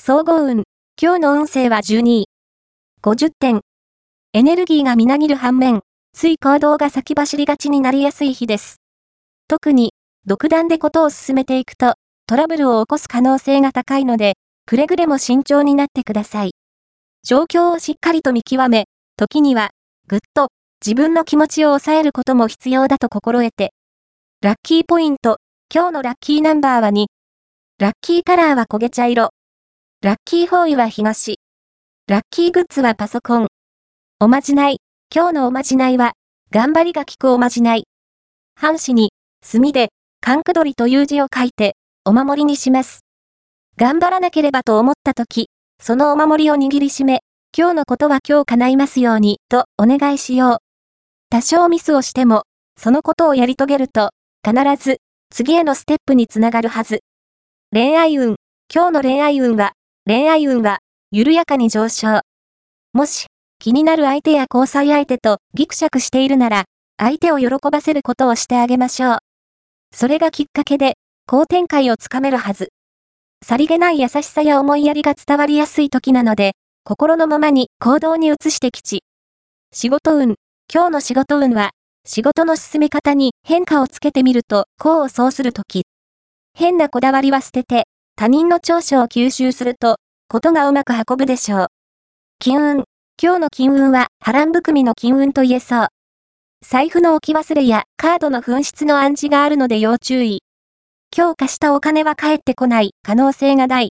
総合運。今日の運勢は12位。50点。エネルギーがみなぎる反面、つい行動が先走りがちになりやすい日です。特に、独断でことを進めていくと、トラブルを起こす可能性が高いので、くれぐれも慎重になってください。状況をしっかりと見極め、時には、ぐっと、自分の気持ちを抑えることも必要だと心得て。ラッキーポイント。今日のラッキーナンバーは2。ラッキーカラーは焦げ茶色。ラッキーフォーイは東。ラッキーグッズはパソコン。おまじない。今日のおまじないは、頑張りが効くおまじない。半紙に、墨で、かんくどりという字を書いて、お守りにします。頑張らなければと思ったとき、そのお守りを握りしめ、今日のことは今日叶いますように、とお願いしよう。多少ミスをしても、そのことをやり遂げると、必ず、次へのステップにつながるはず。恋愛運。今日の恋愛運は、緩やかに上昇。もし、気になる相手や交際相手とギクシャクしているなら、相手を喜ばせることをしてあげましょう。それがきっかけで、好展開をつかめるはず。さりげない優しさや思いやりが伝わりやすい時なので、心のままに行動に移して吉。仕事運。今日の仕事運は、仕事の進め方に変化をつけてみると功を奏する時。変なこだわりは捨てて、他人の長所を吸収すると、ことがうまく運ぶでしょう。金運。今日の金運は波乱含みの金運と言えそう。財布の置き忘れやカードの紛失の暗示があるので要注意。今日貸したお金は返ってこない可能性が大。